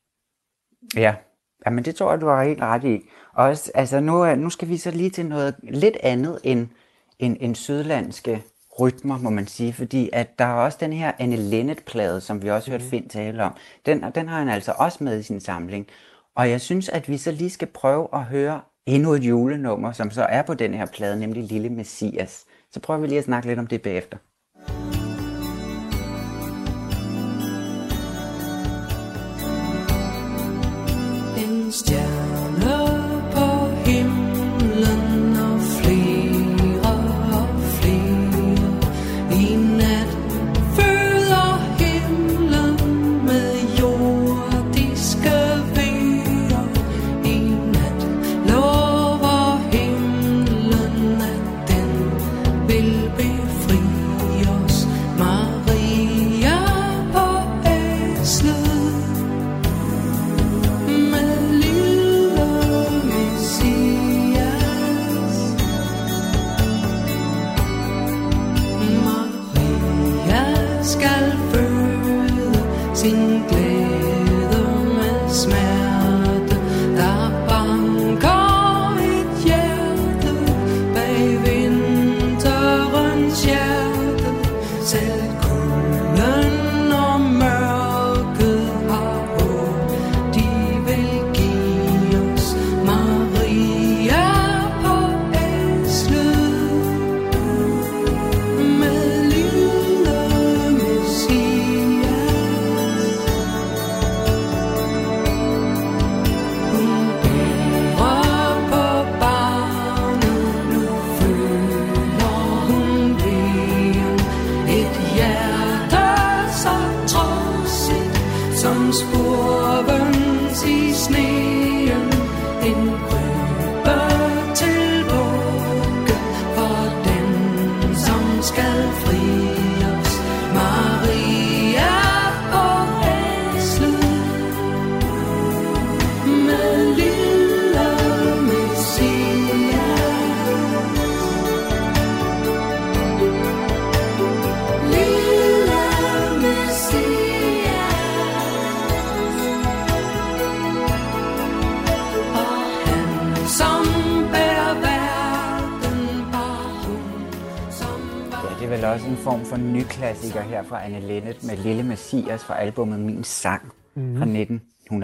Ja. Jamen, det tror jeg, du har helt ret i. Og også, altså, nu, nu skal vi så lige til noget lidt andet end, end, end sydlandske rytmer, må man sige. Fordi at der er også den her Anne Linnet-plade, som vi også hørte Finn tale om. Den, den har han altså også med i sin samling. Og jeg synes, at vi så lige skal prøve at høre endnu et julenummer, som så er på den her plade, nemlig Lille Messias. Så prøver vi lige at snakke lidt om det bagefter. Stjerner på himlen og flere og flere. I nat føder himlen med jordiske vejer. I nat lover himlen, at den vil befri os. Maria på æslet. Sin glæde med smerte, der banker et hjerte bag vinterens hjerte. Selv kulden og mørket har håb, de vil give os. Maria på æslet med lille Messias. Det er vel også en form for nyklassiker her fra Anne Linnet med Lille Messias fra albumet Min Sang mm-hmm. fra nitten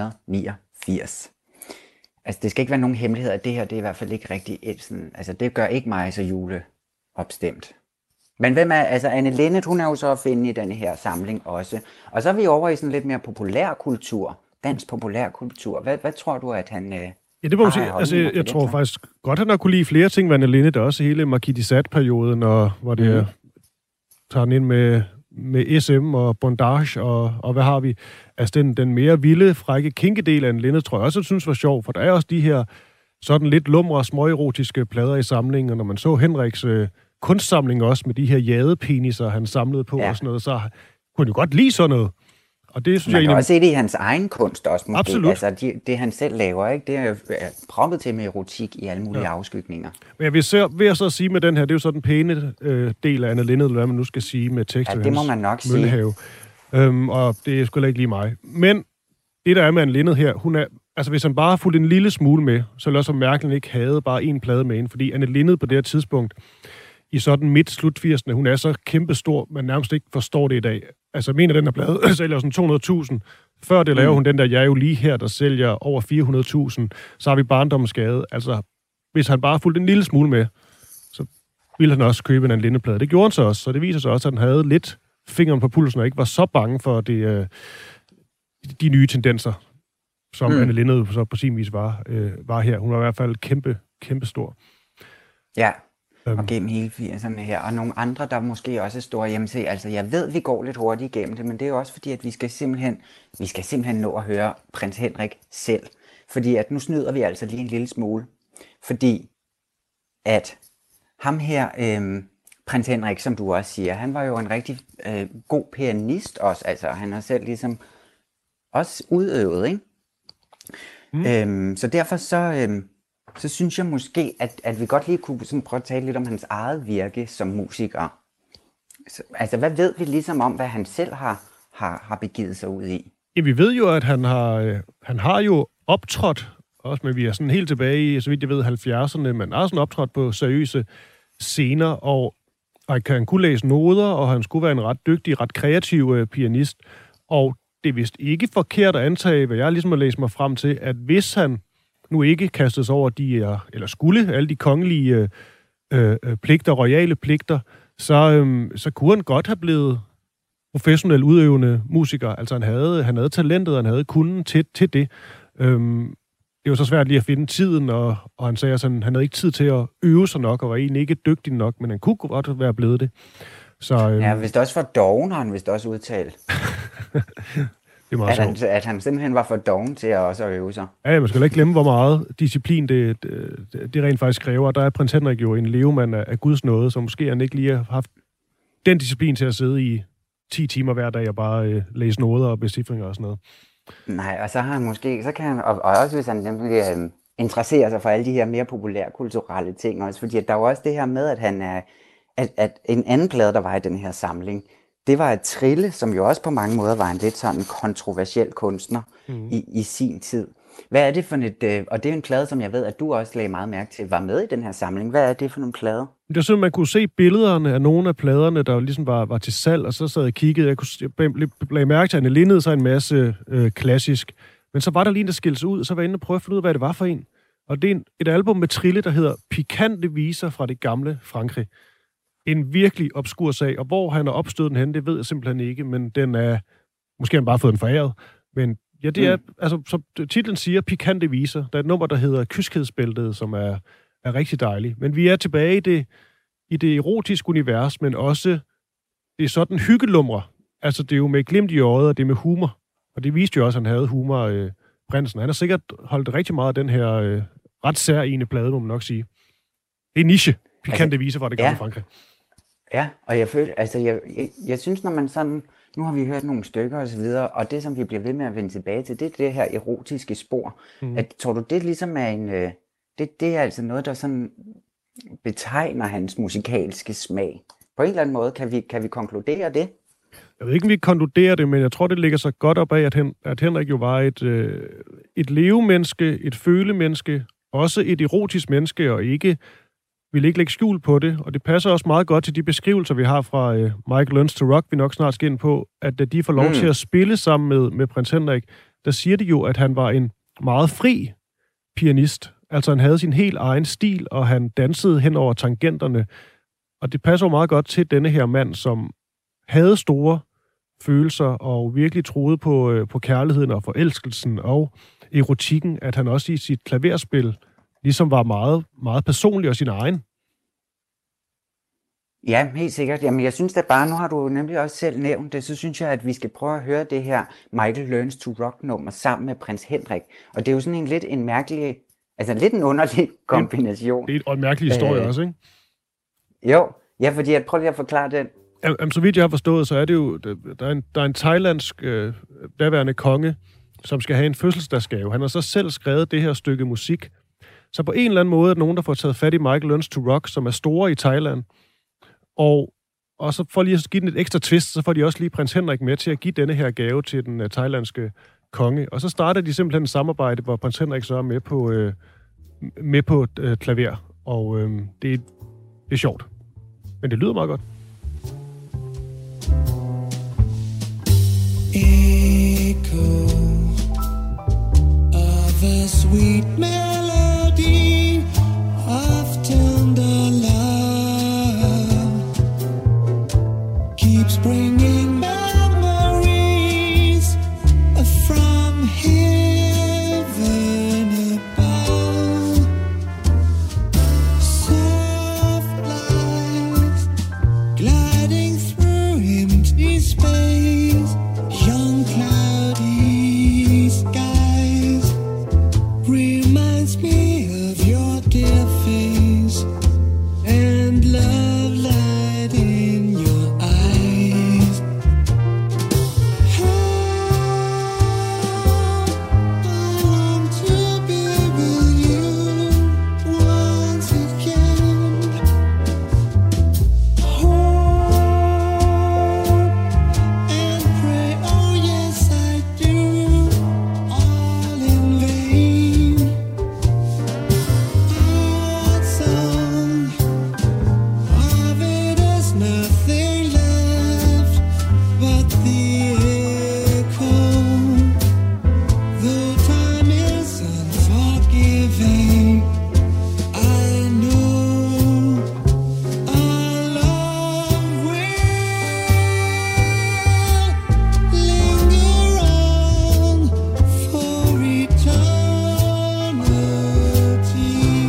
niogfirs. Altså, det skal ikke være nogen hemmelighed, at det her, det er i hvert fald ikke rigtig et sådan, altså, det gør ikke mig så juleopstemt. Men hvem er, altså, Anne Linnet, hun er jo så at finde i den her samling også. Og så er vi over i sådan lidt mere populærkultur, dansk populærkultur. Hvad, hvad tror du, at han... Øh, ja, det må man sige. Altså, jeg, jeg tror der? faktisk godt, han har kunne lide flere ting ved Anne Linnet, også hele Marquis de Sade-perioden, og hvor det mm. tager den ind med, med S M og Bondage, og, og hvad har vi? Altså, den, den mere vilde, frække kinkedel af Anne Linnet, tror jeg også, jeg synes var sjov, for der er også de her sådan lidt lumre, småerotiske plader i samlingen, og når man så Henriks øh, kunstsamling også, med de her jadepeniser, han samlede på ja. og sådan noget, så kunne han jo godt lide sådan noget. Og det, synes man jeg, kan også se det i hans egen kunst også, måske. Absolut. Altså, de, det han selv laver, ikke? Det er jo proppet til med erotik i alle mulige ja. afskygninger. Men jeg vil, så, vil jeg så sige med den her, det er jo så den pæne øh, del af Anne Linnet, eller hvad man nu skal sige med tekst. Ja, det må man nok Møllehave. sige. Øhm, og det er sgu ikke lige mig. Men det, der er med Anne Linnet her, hun er, altså hvis han bare har fulgt en lille smule med, så lad så mærkeligt ikke havde bare en plade med ind, fordi Anne Linnet på det her tidspunkt, i sådan midt-slut firserne, hun er så kæmpestor, man nærmest ikke forstår det i dag. Altså, jeg mener, den her plade sælger sådan to hundrede tusind. Før det laver mm. hun den der, jeg er jo lige her, der sælger over fire hundrede tusind. Så har vi barndommens skade. Altså, hvis han bare fulgte en lille smule med, så ville han også købe en Anne Linnet-plade. Det gjorde han så også, så det viser sig også, at han havde lidt fingeren på pulsen, og ikke var så bange for det, øh, de nye tendenser, som mm. Anne Linnet så på sin vis var, øh, var her. Hun var i hvert fald kæmpe, kæmpe stor. Ja. Og gennem hele firserne her, og nogle andre, der måske også er store hjemme til. Altså, jeg ved, vi går lidt hurtigt igennem det, men det er jo også fordi, at vi skal simpelthen, vi skal simpelthen nå at høre prins Henrik selv. Fordi at nu snyder vi altså lige en lille smule. Fordi at ham her, øh, prins Henrik, som du også siger, han var jo en rigtig øh, god pianist også. Altså, han har selv ligesom også udøvet, ikke? Mm. Øhm, så derfor så... Øh, så synes jeg måske, at, at vi godt lige kunne sådan prøve at tale lidt om hans eget virke som musiker. Så, altså, hvad ved vi ligesom om, hvad han selv har, har, har begivet sig ud i? Ja, vi ved jo, at han har, øh, han har jo optrådt, også men vi er sådan helt tilbage i, så vidt jeg ved, halvfjerdserne, men har sådan optrådt på seriøse scener, og, og han kunne læse noder, og han skulle være en ret dygtig, ret kreativ øh, pianist. Og det er vist ikke forkert at antage, hvad jeg ligesom har læst mig frem til, at hvis han nu ikke kastes over de, eller skulle, alle de kongelige øh, øh, pligter, royale pligter, så, øh, så kunne han godt have blevet professionel udøvende musiker. Altså han havde, han havde talentet, han havde kunden til, til det. Øhm, det var så svært lige at finde tiden, og, og han sagde, at han, han havde ikke tid til at øve sig nok, og var egentlig ikke dygtig nok, men han kunne godt være blevet det. Så, øhm, ja, hvis det også var doven, har han vist også udtalt. Det er at, han, at han simpelthen var for doven til at også øve sig. Ja, man skal ikke glemme, hvor meget disciplin det, det, det rent faktisk kræver. Der er prins Henrik jo en levemand af, af Guds nåde, så måske han ikke lige har haft den disciplin til at sidde i ti timer hver dag og bare øh, læse noder og becifringer og sådan noget. Nej, og så har han måske, så kan han, og, og også hvis han nemlig øh, interesserer sig for alle de her mere populære kulturelle ting også, fordi der er jo også det her med, at han er, at, at en anden plade, der var i den her samling, det var et Trille, som jo også på mange måder var en lidt sådan kontroversiel kunstner mm. i, i sin tid. Hvad er det for et, øh, og det er en plade, som jeg ved, at du også lagde meget mærke til, var med i den her samling. Hvad er det for en plade? Det er sådan, man kunne se billederne af nogle af pladerne, der ligesom var, var til salg, og så sad jeg og kiggede. Jeg kunne jeg lagde mærke til, at han lignede sig en masse øh, klassisk. Men så var der lige en, der skilte sig ud, og så var jeg inde og prøve at finde ud af, hvad det var for en. Og det er en, et album med Trille, der hedder Pikante Viser fra det gamle Frankrig. En virkelig obskur sag, og hvor han har opstået den hen, det ved jeg simpelthen ikke, men den er, måske har han bare fået den foræret, men ja, det er, mm. altså, som titlen siger, Pikante Viser. Der er et nummer, der hedder Kyskhedsbæltet, som er, er rigtig dejligt. Men vi er tilbage i det, i det erotiske univers, men også, det er sådan hyggelumre. Altså, det er jo med glimt i øjet, og det er med humor. Og det viste jo også, at han havde humor, øh, prinsen. Han har sikkert holdt rigtig meget af den her øh, ret særlige plade, må man nok sige. Det er niche. Pikante altså, Viser fra det gamle ja. Frankrig. Ja, og jeg føler, altså jeg, jeg, jeg synes, når man sådan, nu har vi hørt nogle stykker og så videre, og det, som vi bliver ved med at vende tilbage til, det er det her erotiske spor. Mm. At, tror du, det ligesom er en, det, det er altså noget, der sådan betegner hans musikalske smag? På en eller anden måde, kan vi, kan vi konkludere det? Jeg ved ikke, om vi konkluderer det, men jeg tror, det ligger så godt op af, at, hen, at Henrik jo var et, øh, et levemenneske, et følemenneske, også et erotisk menneske, og ikke vil ikke lægge skjul på det, og det passer også meget godt til de beskrivelser, vi har fra øh, Michael Learns to Rock, vi nok snart skal ind på, at da de får lov mm. til at spille sammen med, med prins Henrik, der siger de jo, at han var en meget fri pianist. Altså han havde sin helt egen stil, og han dansede hen over tangenterne. Og det passer jo meget godt til denne her mand, som havde store følelser og virkelig troede på, øh, på kærligheden og forelskelsen og erotikken, at han også i sit klaverspil ligesom var meget, meget personlig og sin egen. Ja, helt sikkert. Jamen, jeg synes da bare, nu har du nemlig også selv nævnt det, så synes jeg, at vi skal prøve at høre det her Michael Learns to Rock-nummer sammen med prins Henrik. Og det er jo sådan en lidt en mærkelig, altså lidt en underlig kombination. Det er en mærkelig historie øh, også, ikke? Jo, ja, fordi jeg prøver lige at forklare den. Jamen, så vidt jeg har forstået, så er det jo, der er en, der er en thailandsk øh, daværende konge, som skal have en fødselsdagsgave. Han har så selv skrevet det her stykke musik. Så på en eller anden måde er der nogen, der får taget fat i Michael Learns to Rock, som er store i Thailand. Og, og så for lige at give den et ekstra twist, så får de også lige prins Henrik med til at give denne her gave til den uh, thailandske konge. Og så starter de simpelthen et samarbejde, hvor prins Henrik så er med på, øh, med på øh, klaver. Og øh, det, er, det er sjovt. Men det lyder meget godt. Echo of a sweet melody of tender love keeps bringing memories from heaven above. Soft lights gliding through empty space, young cloudy skies reminds me of your dear face and love light in your eyes. How I long to be with you once again. Hope and pray, oh yes I do, all in vain. Our song of it is nothing left but the echo. Though time is unforgiving, I know our love will linger on for eternity.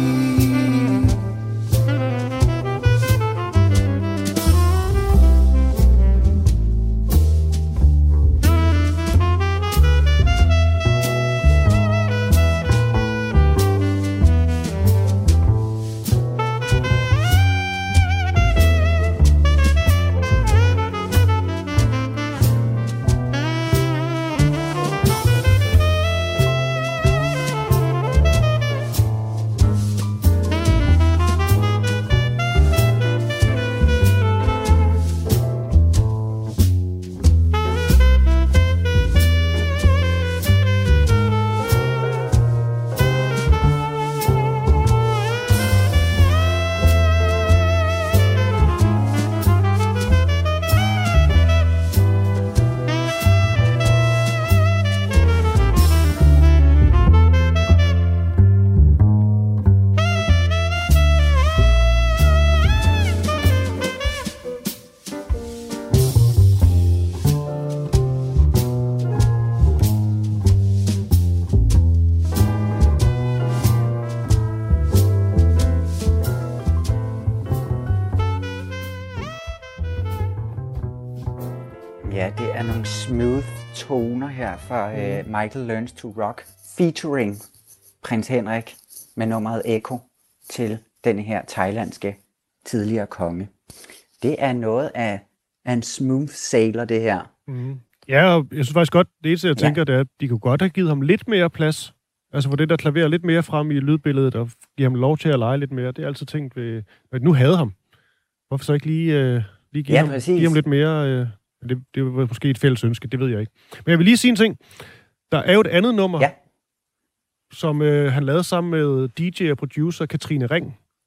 Ja, det er nogle smooth toner her fra mm. uh, Michael Learns to Rock, featuring prins Henrik med nummeret Echo til denne her thailandske tidligere konge. Det er noget af, af en smooth sailor, det her. Mm. Ja, og jeg synes faktisk godt, det eneste, jeg tænker, ja. det er, at de kunne godt have givet ham lidt mere plads. Altså for det, der klaverer lidt mere frem i lydbilledet, og give ham lov til at lege lidt mere. Det er altid tænkt ved, at nu havde ham. Hvorfor så ikke lige, øh, lige give, ja, ham, give ham lidt mere... Øh, det, det var måske et fælles ønske, det ved jeg ikke. Men jeg vil lige sige en ting. Der er jo et andet nummer, ja. som øh, han lavede sammen med D J og producer Katrine Ring.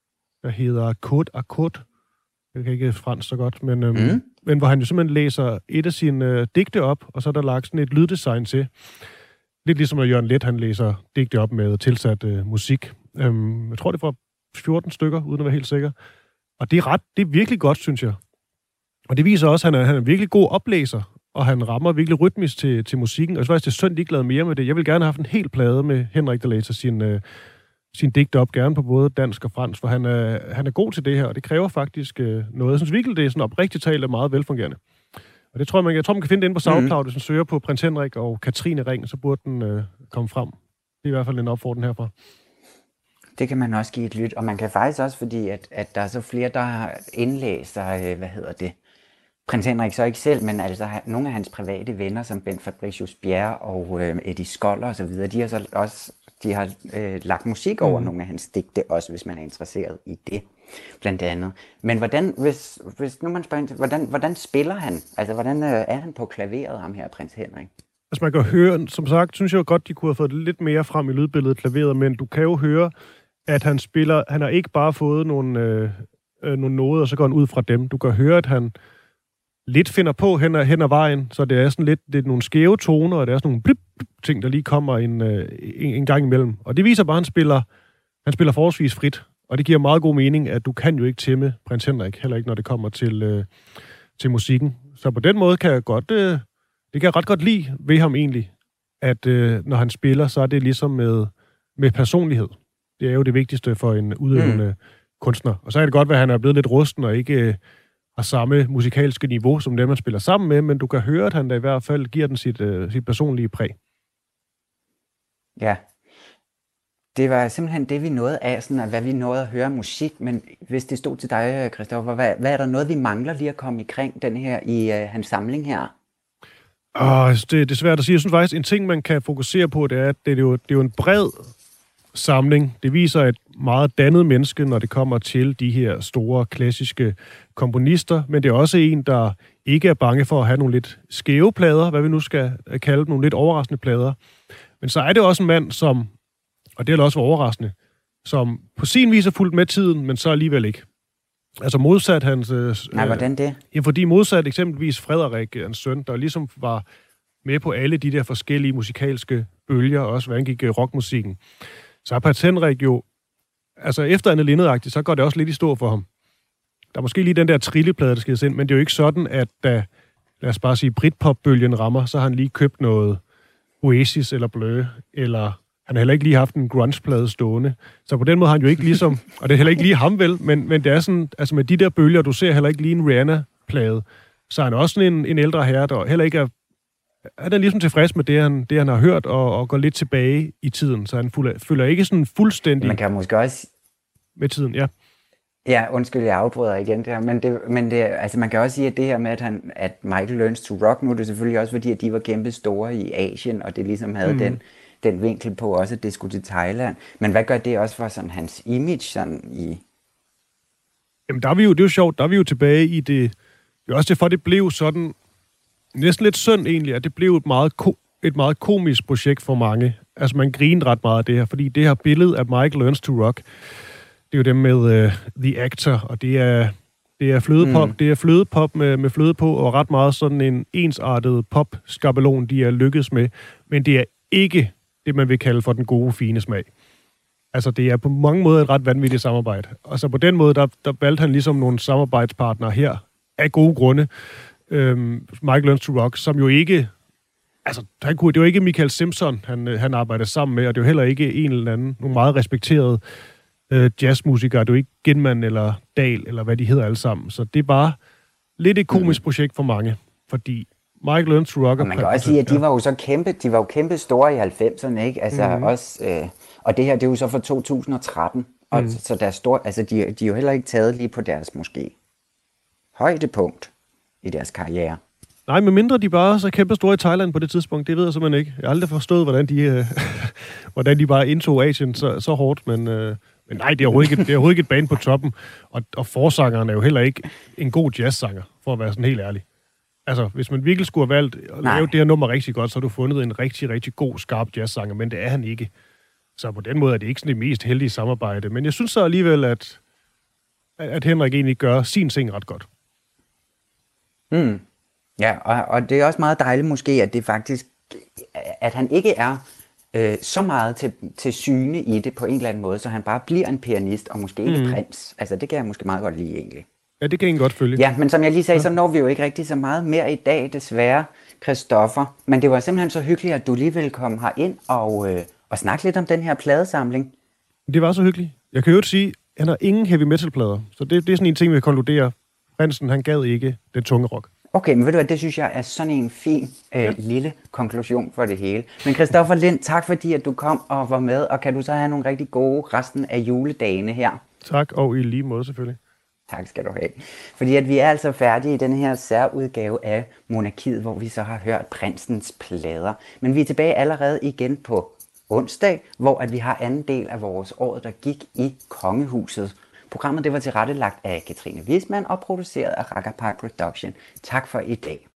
der hedder Côte à Côte. Jeg kan ikke fransk så godt, men, øhm, Mm. men hvor han jo simpelthen læser et af sine øh, digte op, og så er der lagt sådan et lyddesign til. Lidt ligesom at Jørgen Leth, han læser digte op med tilsat øh, musik. Øhm, jeg tror, det er fra fjorten stykker, uden at være helt sikker. Og det er, ret, det er virkelig godt, synes jeg. Og det viser også, at han er, han er en virkelig god oplæser, og han rammer virkelig rytmisk til, til musikken. Og jeg synes faktisk, det er synd, de ikke lavede mere med det. Jeg vil gerne have haft en hel plade med Henrik, der læser sin, øh, sin digte op, gerne på både dansk og fransk, for han er, han er god til det her, og det kræver faktisk øh, noget. Jeg synes virkelig, det er sådan oprigtigt talt meget velfungerende. Og det tror jeg, man, jeg tror, man kan finde det inde på SoundCloud, mm. hvis man søger på Prins Henrik og Katrine Ring, så burde den øh, komme frem. Det er i hvert fald en opfordring herfra. Det kan man også give et lyt, og man kan faktisk også, fordi at, at der er så flere, der har indlæst sig, øh, hvad hedder det, Prins Henrik så ikke selv, men altså nogle af hans private venner, som Bent Fabricius Bjerre og øh, Eddie Skoller og så videre, de har så også de har øh, lagt musik over mm. nogle af hans digte, også hvis man er interesseret i det, blandt andet. Men hvordan, hvis, hvis nu man spørger, hvordan, hvordan spiller han? Altså, hvordan øh, er han på klaveret, ham her, Prins Henrik? Altså, man kan høre, som sagt, synes jeg jo godt, de kunne have fået lidt mere frem i lydbilledet klaveret, men du kan jo høre, at han spiller, han har ikke bare fået nogle, øh, øh, nogle noder, og så går han ud fra dem. Du kan høre, at han lidt finder på hen ad, hen ad vejen, så det er sådan lidt det er nogle skæve toner, og det er sådan nogle blip, blip ting, der lige kommer en, øh, en, en gang imellem. Og det viser bare, at han spiller, han spiller forholdsvis frit, og det giver meget god mening, at du kan jo ikke tæmme Prins Henrik, heller ikke når det kommer til, øh, til musikken. Så på den måde kan jeg godt, øh, det kan jeg ret godt lide ved ham egentlig, at øh, når han spiller, så er det ligesom med, med personlighed. Det er jo det vigtigste for en udøvende mm. kunstner. Og så er det godt, at han er blevet lidt rusten og ikke øh, har samme musikalske niveau, som dem, man spiller sammen med, men du kan høre, at han da i hvert fald giver den sit, øh, sit personlige præg. Ja. Det var simpelthen det, vi nåede af, sådan, at hvad vi nåede at høre musik, men hvis det stod til dig, Christoffer, hvad, hvad er der noget, vi mangler lige at komme ikring den her i øh, hans samling her? Oh, det, det er svært at sige. Jeg synes faktisk, en ting, man kan fokusere på, det er, at det er jo, det er jo en bred samling. Det viser et meget dannet menneske, når det kommer til de her store, klassiske komponister, men det er også en, der ikke er bange for at have nogle lidt skæve plader, hvad vi nu skal kalde dem, nogle lidt overraskende plader. Men så er det også en mand, som, og det er også overraskende, som på sin vis er fulgt med tiden, men så alligevel ikke. Altså modsat hans... Øh, Nej, hvordan det? Ja, fordi modsat eksempelvis Frederik, hans søn, der ligesom var med på alle de der forskellige musikalske bølger, også hvad angik rockmusikken, så er Prins Henrik jo, altså efter Anne Linnet-agtigt, så går det også lidt i stå for ham. Der er måske lige den der trilleplade, der skal ind, men det er jo ikke sådan, at da, lad os bare sige, Britpop-bølgen rammer, så har han lige købt noget Oasis eller Blur, eller han har heller ikke lige haft en grunge-plade stående. Så på den måde har han jo ikke ligesom, og det er heller ikke lige ham vel, men, men det er sådan, altså med de der bølger, du ser heller ikke lige en Rihanna-plade, så er han også sådan en, en ældre herre, der heller ikke er, han er ligesom tilfreds med det, han, det, han har hørt, og, og går lidt tilbage i tiden, så han fuld, føler ikke sådan fuldstændig... Man kan måske også... Med tiden, ja. Ja, undskyld, jeg afbryder igen der, men, det, men det, altså man kan også sige, at det her med, at, han, at Michael Learns to Rock, nu er det selvfølgelig også fordi, at de var kæmpe store i Asien, og det ligesom havde mm. den, den vinkel på også, at det skulle til Thailand. Men hvad gør det også for sådan hans image sådan i... Jamen der er vi jo, det er jo sjovt, der er vi jo tilbage i det, det er også det for, det blev sådan, næsten lidt synd egentlig, at det blev et meget, ko, et meget komisk projekt for mange. Altså man grinede ret meget af det her, fordi det her billede af Michael Learns to Rock, det er jo dem med uh, The Actor, og det er, det er flødepop, mm. det er flødepop med, med fløde på, og ret meget sådan en ensartet pop-skabelon, de er lykkedes med. Men det er ikke det, man vil kalde for den gode, fine smag. Altså, det er på mange måder et ret vanvittigt samarbejde. Og så på den måde, der, der valgte han ligesom nogle samarbejdspartnere her, af gode grunde. Øhm, Michael Learns to Rock, som jo ikke... Altså, han kunne, det var ikke Michael Simpson, han, han arbejdede sammen med, og det var heller ikke en eller anden, nogle meget respekterede øh, jazzmusikere. Det var ikke Genman eller Dahl, eller hvad de hedder alle sammen. Så det var lidt et komisk mm. projekt for mange, fordi Michael Learns to Rock... Og man kan også sige, at de var jo så kæmpe, de var jo kæmpe store i halvfemserne, ikke? Altså mm-hmm. også... Øh, og det her, det er jo så fra to tusind og tretten, og mm. så der er stor, altså de, de er jo heller ikke taget lige på deres måske højdepunkt i deres karriere. Nej, med mindre de bare så kæmpe store i Thailand på det tidspunkt, det ved jeg simpelthen ikke. Jeg har aldrig forstået, hvordan de, øh, hvordan de bare indtog Asien så, så hårdt, men, øh, men nej, det er overhovedet ikke, det er overhovedet ikke et band på toppen, og, og forsangeren er jo heller ikke en god jazzsanger, for at være sådan helt ærlig. Altså, hvis man virkelig skulle have valgt at lave det her nummer rigtig godt, så har du fundet en rigtig, rigtig god, skarp jazzsanger, men det er han ikke. Så på den måde er det ikke sådan det mest heldige samarbejde. Men jeg synes så alligevel, at at Henrik egentlig gør sin ting ret godt. Mm. Ja, og, og det er også meget dejligt måske, at det faktisk, at han ikke er øh, så meget til, til syne i det på en eller anden måde, så han bare bliver en pianist, og måske ikke Mm. prins. Altså, det kan jeg måske meget godt lide egentlig. Ja, det kan jeg godt følge. Ja, men som jeg lige sagde, så når vi jo ikke rigtig så meget mere i dag, desværre, Christoffer. Men det var simpelthen så hyggeligt, at du lige ville komme her ind og, øh, og snakke lidt om den her pladesamling. Det var så hyggeligt. Jeg kan jo ikke sige, at han har ingen heavy metal-plader, så det, det er sådan en ting, vi kan konkludere. Prinsen, han gad ikke det tunge rock. Okay, men ved du hvad, det synes jeg er sådan en fin øh, ja. lille konklusion for det hele. Men Christoffer Lind, tak fordi at du kom og var med, og kan du så have nogle rigtig gode resten af juledagene her. Tak, og i lige måde selvfølgelig. Tak skal du have. Fordi at vi er altså færdige i den her særudgave af Monarkiet, hvor vi så har hørt prinsens plader. Men vi er tilbage allerede igen på onsdag, hvor at vi har anden del af vores år, der gik i Kongehuset. Programmet det var tilrettelagt af Katrine Wismann og produceret af Rackerpark Production. Tak for i dag.